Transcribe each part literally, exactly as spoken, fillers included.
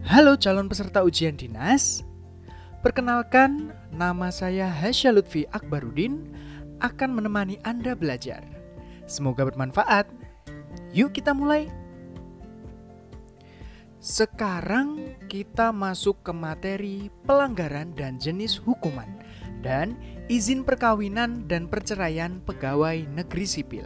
Halo calon peserta ujian dinas. Perkenalkan, nama saya Hasya Lutfi Akbarudin, akan menemani Anda belajar. Semoga bermanfaat. Yuk kita mulai. Sekarang kita masuk ke materi pelanggaran dan jenis hukuman dan izin perkawinan dan perceraian pegawai negeri sipil.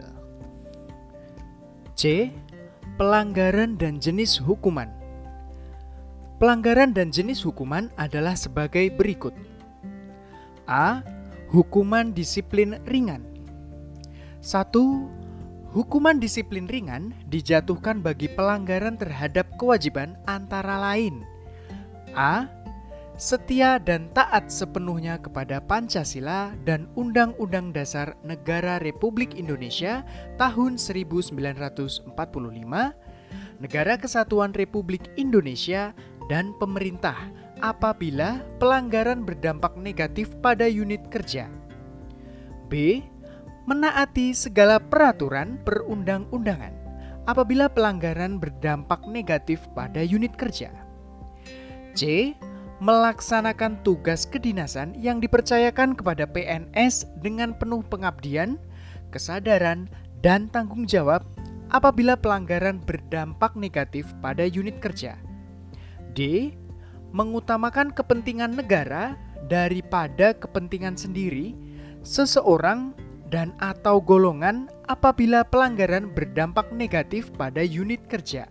C. Pelanggaran dan jenis hukuman. Pelanggaran dan jenis hukuman adalah sebagai berikut. A. Hukuman disiplin ringan. satu. Hukuman disiplin ringan dijatuhkan bagi pelanggaran terhadap kewajiban antara lain: A. Setia dan taat sepenuhnya kepada Pancasila dan Undang-Undang Dasar Negara Republik Indonesia tahun seribu sembilan ratus empat puluh lima, Negara Kesatuan Republik Indonesia, dan pemerintah apabila pelanggaran berdampak negatif pada unit kerja. B. Menaati segala peraturan perundang-undangan apabila pelanggaran berdampak negatif pada unit kerja. C. Melaksanakan tugas kedinasan yang dipercayakan kepada P N S dengan penuh pengabdian, kesadaran, dan tanggung jawab apabila pelanggaran berdampak negatif pada unit kerja. D. Mengutamakan kepentingan negara daripada kepentingan sendiri, seseorang, dan atau golongan apabila pelanggaran berdampak negatif pada unit kerja.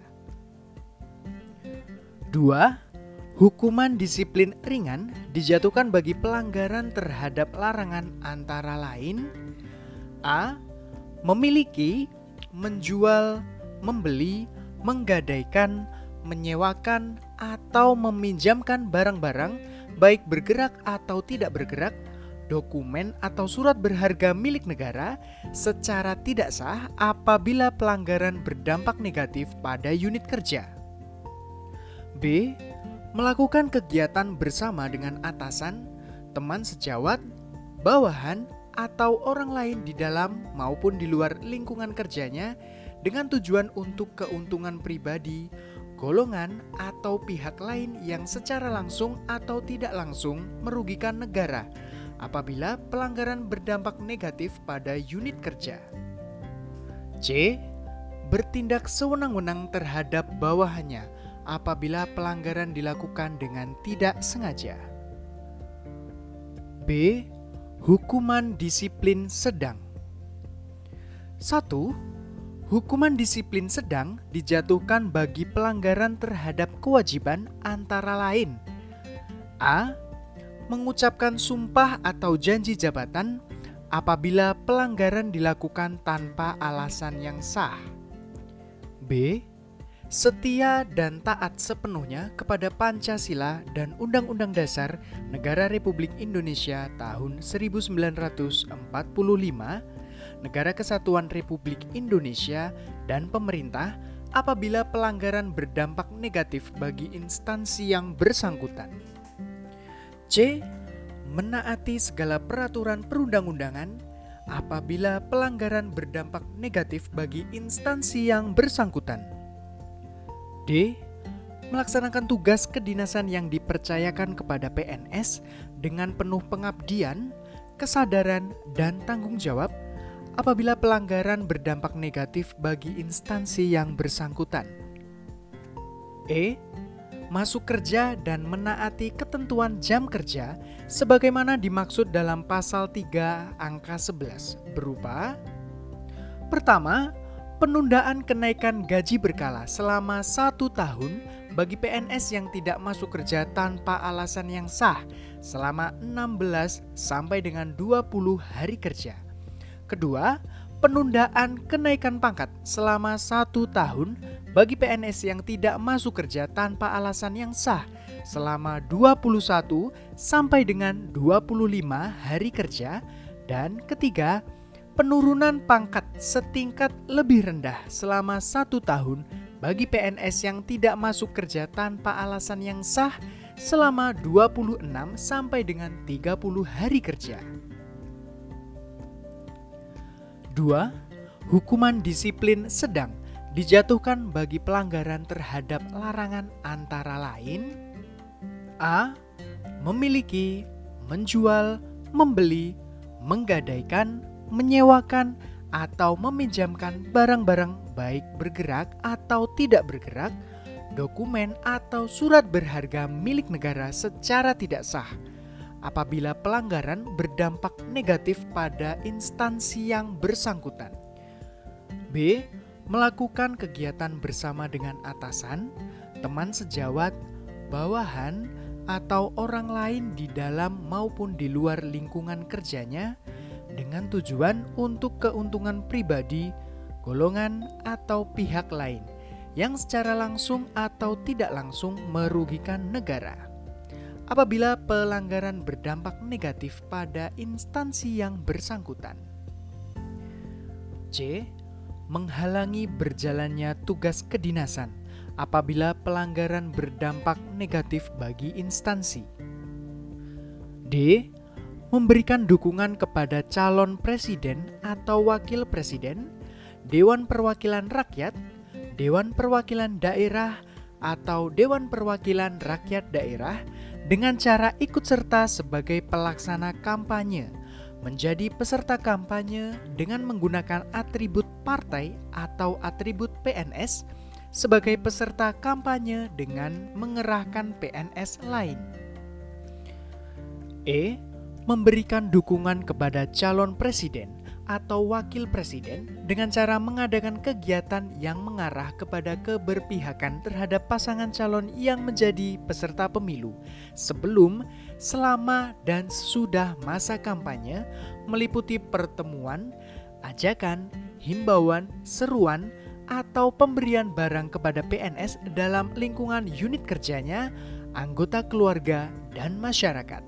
Dua. Hukuman disiplin ringan dijatuhkan bagi pelanggaran terhadap larangan antara lain: A. Memiliki, menjual, membeli, menggadaikan, menyewakan, atau meminjamkan barang-barang, baik bergerak atau tidak bergerak, dokumen atau surat berharga milik negara secara tidak sah apabila pelanggaran berdampak negatif pada unit kerja. B. Melakukan kegiatan bersama dengan atasan, teman sejawat, bawahan, atau orang lain di dalam maupun di luar lingkungan kerjanya dengan tujuan untuk keuntungan pribadi, golongan, atau pihak lain yang secara langsung atau tidak langsung merugikan negara apabila pelanggaran berdampak negatif pada unit kerja. C. Bertindak sewenang-wenang terhadap bawahannya apabila pelanggaran dilakukan dengan tidak sengaja. B. Hukuman disiplin sedang. satu. Hukuman disiplin sedang dijatuhkan bagi pelanggaran terhadap kewajiban antara lain: A. Mengucapkan sumpah atau janji jabatan apabila pelanggaran dilakukan tanpa alasan yang sah. B. Setia dan taat sepenuhnya kepada Pancasila dan Undang-Undang Dasar Negara Republik Indonesia tahun seribu sembilan ratus empat puluh lima, Negara Kesatuan Republik Indonesia, dan pemerintah apabila pelanggaran berdampak negatif bagi instansi yang bersangkutan. C. Menaati segala peraturan perundang-undangan apabila pelanggaran berdampak negatif bagi instansi yang bersangkutan. D. Melaksanakan tugas kedinasan yang dipercayakan kepada P N S dengan penuh pengabdian, kesadaran, dan tanggung jawab apabila pelanggaran berdampak negatif bagi instansi yang bersangkutan. E. Masuk kerja dan menaati ketentuan jam kerja sebagaimana dimaksud dalam pasal tiga angka sebelas berupa: pertama, penundaan kenaikan gaji berkala selama satu tahun bagi P N S yang tidak masuk kerja tanpa alasan yang sah selama enam belas sampai dengan dua puluh hari kerja. Kedua, penundaan kenaikan pangkat selama satu tahun bagi P N S yang tidak masuk kerja tanpa alasan yang sah selama dua puluh satu sampai dengan dua puluh lima hari kerja. Dan ketiga, penurunan pangkat setingkat lebih rendah selama satu tahun bagi P N S yang tidak masuk kerja tanpa alasan yang sah selama dua puluh enam sampai dengan tiga puluh hari kerja. Dua. Hukuman disiplin sedang dijatuhkan bagi pelanggaran terhadap larangan antara lain: A. Memiliki, menjual, membeli, menggadaikan, menyewakan, atau meminjamkan barang-barang baik bergerak atau tidak bergerak, dokumen atau surat berharga milik negara secara tidak sah apabila pelanggaran berdampak negatif pada instansi yang bersangkutan. B. Melakukan kegiatan bersama dengan atasan, teman sejawat, bawahan, atau orang lain di dalam maupun di luar lingkungan kerjanya dengan tujuan untuk keuntungan pribadi, golongan, atau pihak lain yang secara langsung atau tidak langsung merugikan negara. Apabila pelanggaran berdampak negatif pada instansi yang bersangkutan. C. Menghalangi berjalannya tugas kedinasan apabila pelanggaran berdampak negatif bagi instansi. D. Memberikan dukungan kepada calon presiden atau wakil presiden, Dewan Perwakilan Rakyat, Dewan Perwakilan Daerah, atau Dewan Perwakilan Rakyat Daerah dengan cara ikut serta sebagai pelaksana kampanye, menjadi peserta kampanye dengan menggunakan atribut partai atau atribut P N S, sebagai peserta kampanye dengan mengerahkan P N S lain. E. Memberikan dukungan kepada calon presiden atau wakil presiden dengan cara mengadakan kegiatan yang mengarah kepada keberpihakan terhadap pasangan calon yang menjadi peserta pemilu sebelum, selama, dan sesudah masa kampanye, meliputi pertemuan, ajakan, himbauan, seruan, atau pemberian barang kepada P N S dalam lingkungan unit kerjanya, anggota keluarga, dan masyarakat.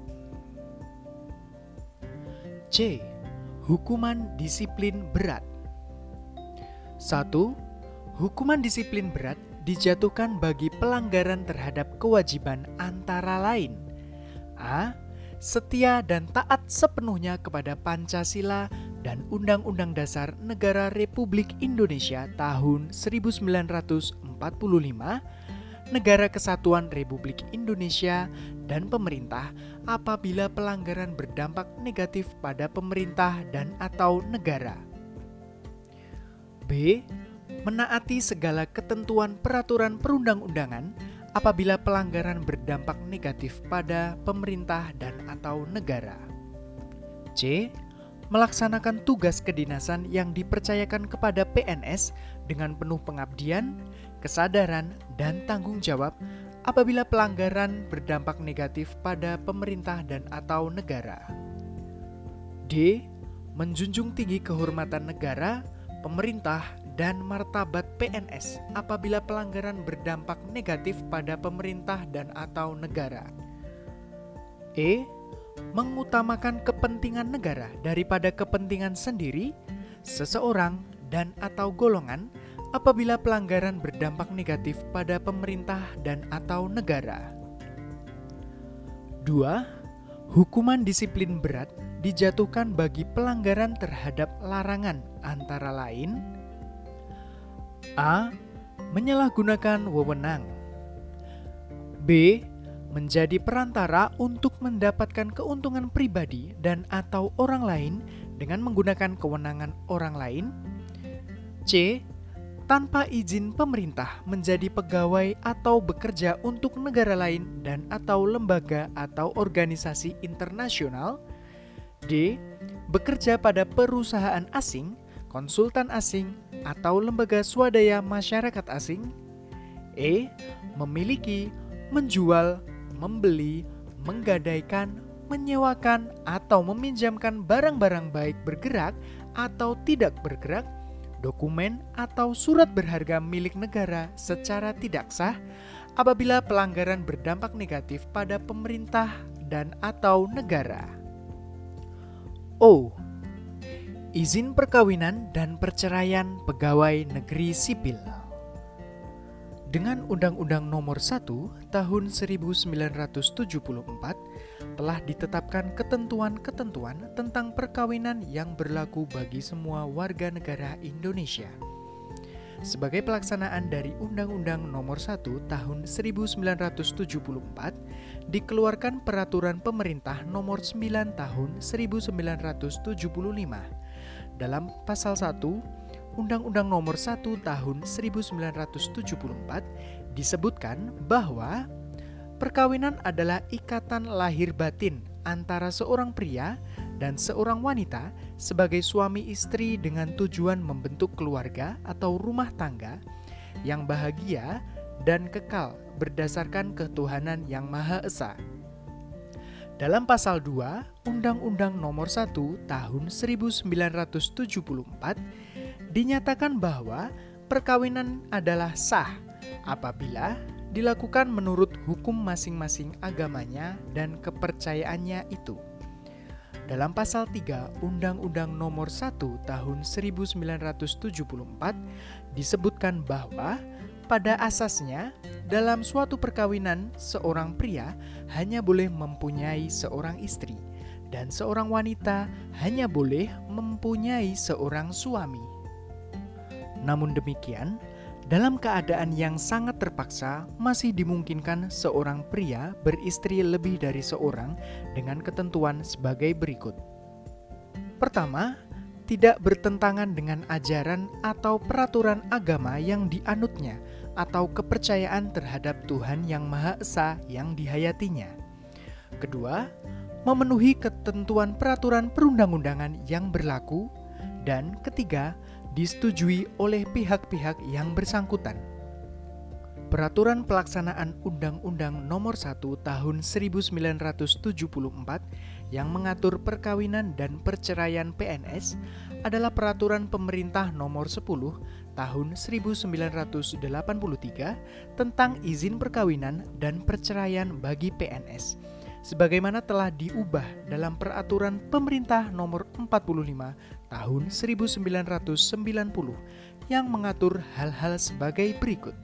C. Hukuman disiplin berat. satu. Hukuman disiplin berat dijatuhkan bagi pelanggaran terhadap kewajiban antara lain: A. Setia dan taat sepenuhnya kepada Pancasila dan Undang-Undang Dasar Negara Republik Indonesia tahun seribu sembilan ratus empat puluh lima, Negara Kesatuan Republik Indonesia, dan pemerintah apabila pelanggaran berdampak negatif pada pemerintah dan atau negara. B. Menaati segala ketentuan peraturan perundang-undangan apabila pelanggaran berdampak negatif pada pemerintah dan atau negara. C. Melaksanakan tugas kedinasan yang dipercayakan kepada P N S dengan penuh pengabdian, kesadaran, dan tanggung jawab apabila pelanggaran berdampak negatif pada pemerintah dan atau negara. D. Menjunjung tinggi kehormatan negara, pemerintah, dan martabat P N S apabila pelanggaran berdampak negatif pada pemerintah dan atau negara. E. Mengutamakan kepentingan negara daripada kepentingan sendiri, seseorang, dan atau golongan apabila pelanggaran berdampak negatif pada pemerintah dan atau negara. Dua. Hukuman disiplin berat dijatuhkan bagi pelanggaran terhadap larangan antara lain: A. Menyalahgunakan wewenang. B. Menjadi perantara untuk mendapatkan keuntungan pribadi dan atau orang lain dengan menggunakan kewenangan orang lain. C. Tanpa izin pemerintah menjadi pegawai atau bekerja untuk negara lain dan atau lembaga atau organisasi internasional. D. Bekerja pada perusahaan asing, konsultan asing, atau lembaga swadaya masyarakat asing. E. Memiliki, menjual, membeli, menggadaikan, menyewakan, atau meminjamkan barang-barang baik bergerak atau tidak bergerak, dokumen atau surat berharga milik negara secara tidak sah apabila pelanggaran berdampak negatif pada pemerintah dan atau negara. O. Izin perkawinan dan perceraian pegawai negeri sipil. Dengan Undang-Undang Nomor satu Tahun seribu sembilan ratus tujuh puluh empat telah ditetapkan ketentuan-ketentuan tentang perkawinan yang berlaku bagi semua warga negara Indonesia. sebagai pelaksanaan dari Undang-Undang Nomor satu Tahun seribu sembilan ratus tujuh puluh empat, dikeluarkan Peraturan Pemerintah Nomor sembilan Tahun seribu sembilan ratus tujuh puluh lima. Dalam pasal satu Undang-Undang Nomor satu Tahun seribu sembilan ratus tujuh puluh empat disebutkan bahwa perkawinan adalah ikatan lahir batin antara seorang pria dan seorang wanita sebagai suami istri dengan tujuan membentuk keluarga atau rumah tangga yang bahagia dan kekal berdasarkan ketuhanan yang Maha Esa. Dalam pasal dua Undang-Undang Nomor satu Tahun seribu sembilan ratus tujuh puluh empat dinyatakan bahwa perkawinan adalah sah apabila dilakukan menurut hukum masing-masing agamanya dan kepercayaannya itu. Dalam pasal tiga Undang-Undang Nomor satu Tahun seribu sembilan ratus tujuh puluh empat disebutkan bahwa pada asasnya dalam suatu perkawinan seorang pria hanya boleh mempunyai seorang istri dan seorang wanita hanya boleh mempunyai seorang suami. Namun demikian, dalam keadaan yang sangat terpaksa, masih dimungkinkan seorang pria beristri lebih dari seorang dengan ketentuan sebagai berikut. Pertama, tidak bertentangan dengan ajaran atau peraturan agama yang dianutnya atau kepercayaan terhadap Tuhan Yang Maha Esa yang dihayatinya. Kedua, memenuhi ketentuan peraturan perundang-undangan yang berlaku. Dan ketiga, disetujui oleh pihak-pihak yang bersangkutan. Peraturan Pelaksanaan Undang-Undang Nomor satu Tahun seribu sembilan ratus tujuh puluh empat yang mengatur perkawinan dan perceraian P N S adalah Peraturan Pemerintah Nomor sepuluh Tahun seribu sembilan ratus delapan puluh tiga tentang izin perkawinan dan perceraian bagi P N S, sebagaimana telah diubah dalam Peraturan Pemerintah Nomor empat puluh lima Tahun seribu sembilan ratus sembilan puluh yang mengatur hal-hal sebagai berikut.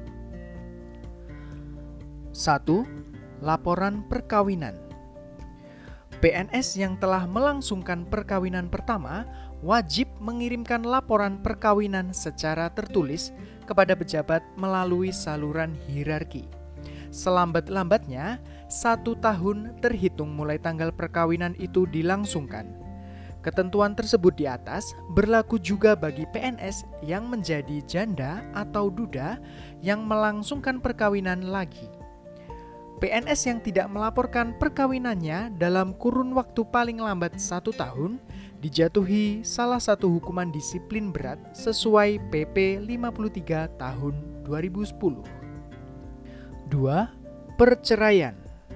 satu. Laporan perkawinan. P N S yang telah melangsungkan perkawinan pertama wajib mengirimkan laporan perkawinan secara tertulis kepada pejabat melalui saluran hierarki. Selambat-lambatnya, satu tahun terhitung mulai tanggal perkawinan itu dilangsungkan. Ketentuan tersebut di atas berlaku juga bagi P N S yang menjadi janda atau duda yang melangsungkan perkawinan lagi. P N S yang tidak melaporkan perkawinannya dalam kurun waktu paling lambat satu tahun dijatuhi salah satu hukuman disiplin berat sesuai P P lima puluh tiga tahun dua ribu sepuluh. dua. Perceraian.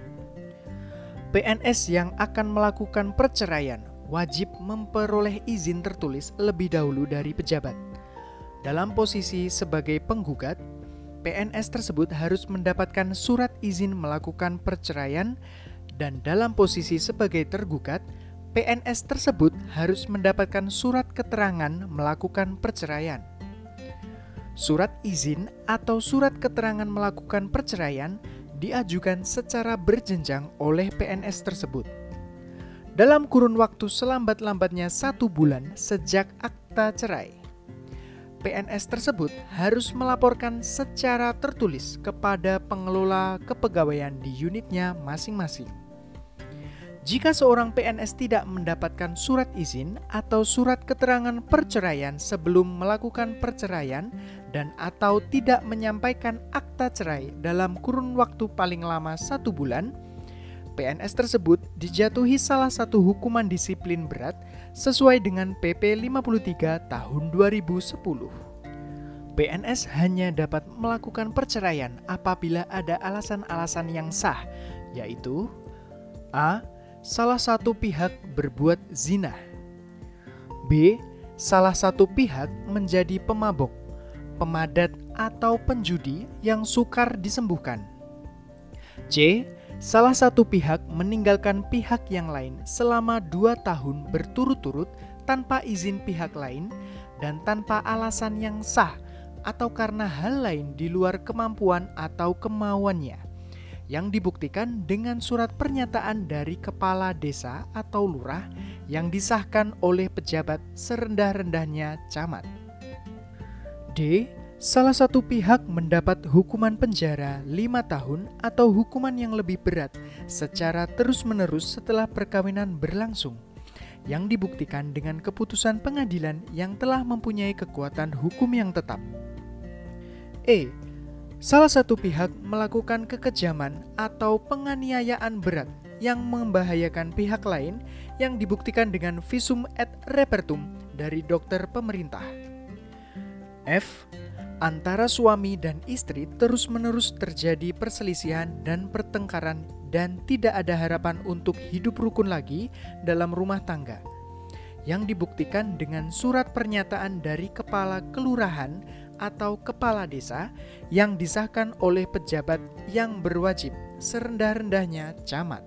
P N S yang akan melakukan perceraian wajib memperoleh izin tertulis lebih dahulu dari pejabat. Dalam posisi sebagai penggugat, P N S tersebut harus mendapatkan surat izin melakukan perceraian, dan dalam posisi sebagai tergugat, P N S tersebut harus mendapatkan surat keterangan melakukan perceraian. Surat izin atau surat keterangan melakukan perceraian diajukan secara berjenjang oleh P N S tersebut. Dalam kurun waktu selambat-lambatnya satu bulan sejak akta cerai, P N S tersebut harus melaporkan secara tertulis kepada pengelola kepegawaian di unitnya masing-masing. Jika seorang P N S tidak mendapatkan surat izin atau surat keterangan perceraian sebelum melakukan perceraian dan atau tidak menyampaikan akta cerai dalam kurun waktu paling lama satu bulan, P N S tersebut dijatuhi salah satu hukuman disiplin berat sesuai dengan P P lima puluh tiga tahun dua ribu sepuluh. P N S hanya dapat melakukan perceraian apabila ada alasan-alasan yang sah, yaitu A. Salah satu pihak berbuat zina. B. Salah satu pihak menjadi pemabok, pemadat atau penjudi yang sukar disembuhkan. C. Salah satu pihak meninggalkan pihak yang lain selama dua tahun berturut-turut tanpa izin pihak lain dan tanpa alasan yang sah atau karena hal lain di luar kemampuan atau kemauannya, yang dibuktikan dengan surat pernyataan dari kepala desa atau lurah yang disahkan oleh pejabat serendah-rendahnya camat. D. Salah satu pihak mendapat hukuman penjara lima tahun atau hukuman yang lebih berat secara terus-menerus setelah perkawinan berlangsung, yang dibuktikan dengan keputusan pengadilan yang telah mempunyai kekuatan hukum yang tetap. E. Salah satu pihak melakukan kekejaman atau penganiayaan berat yang membahayakan pihak lain yang dibuktikan dengan visum et repertum dari dokter pemerintah. F. Antara suami dan istri terus-menerus terjadi perselisihan dan pertengkaran dan tidak ada harapan untuk hidup rukun lagi dalam rumah tangga, yang dibuktikan dengan surat pernyataan dari kepala kelurahan atau kepala desa yang disahkan oleh pejabat yang berwajib serendah-rendahnya camat.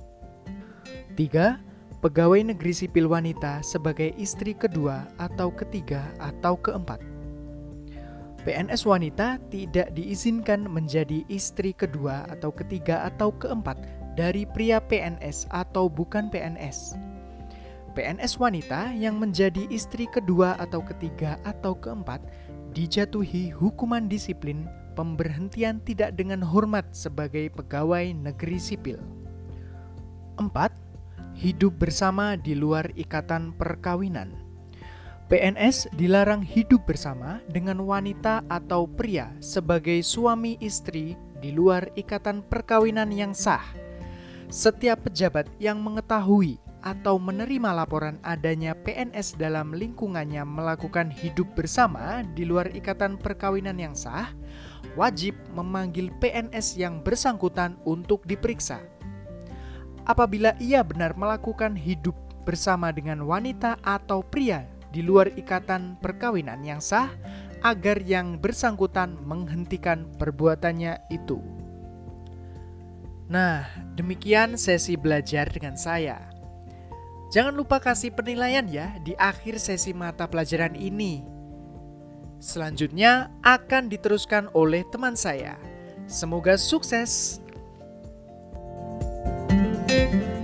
Tiga. Pegawai negeri sipil wanita sebagai istri kedua atau ketiga atau keempat. P N S wanita tidak diizinkan menjadi istri kedua atau ketiga atau keempat dari pria P N S atau bukan P N S. P N S wanita yang menjadi istri kedua atau ketiga atau keempat dijatuhi hukuman disiplin pemberhentian tidak dengan hormat sebagai pegawai negeri sipil. Empat. Hidup bersama di luar ikatan perkawinan. P N S dilarang hidup bersama dengan wanita atau pria sebagai suami istri di luar ikatan perkawinan yang sah. Setiap pejabat yang mengetahui atau menerima laporan adanya P N S dalam lingkungannya melakukan hidup bersama di luar ikatan perkawinan yang sah, wajib memanggil P N S yang bersangkutan untuk diperiksa. Apabila ia benar melakukan hidup bersama dengan wanita atau pria di luar ikatan perkawinan yang sah, agar yang bersangkutan menghentikan perbuatannya itu. Nah, demikian sesi belajar dengan saya. Jangan lupa kasih penilaian ya di akhir sesi mata pelajaran ini. Selanjutnya akan diteruskan oleh teman saya. Semoga sukses.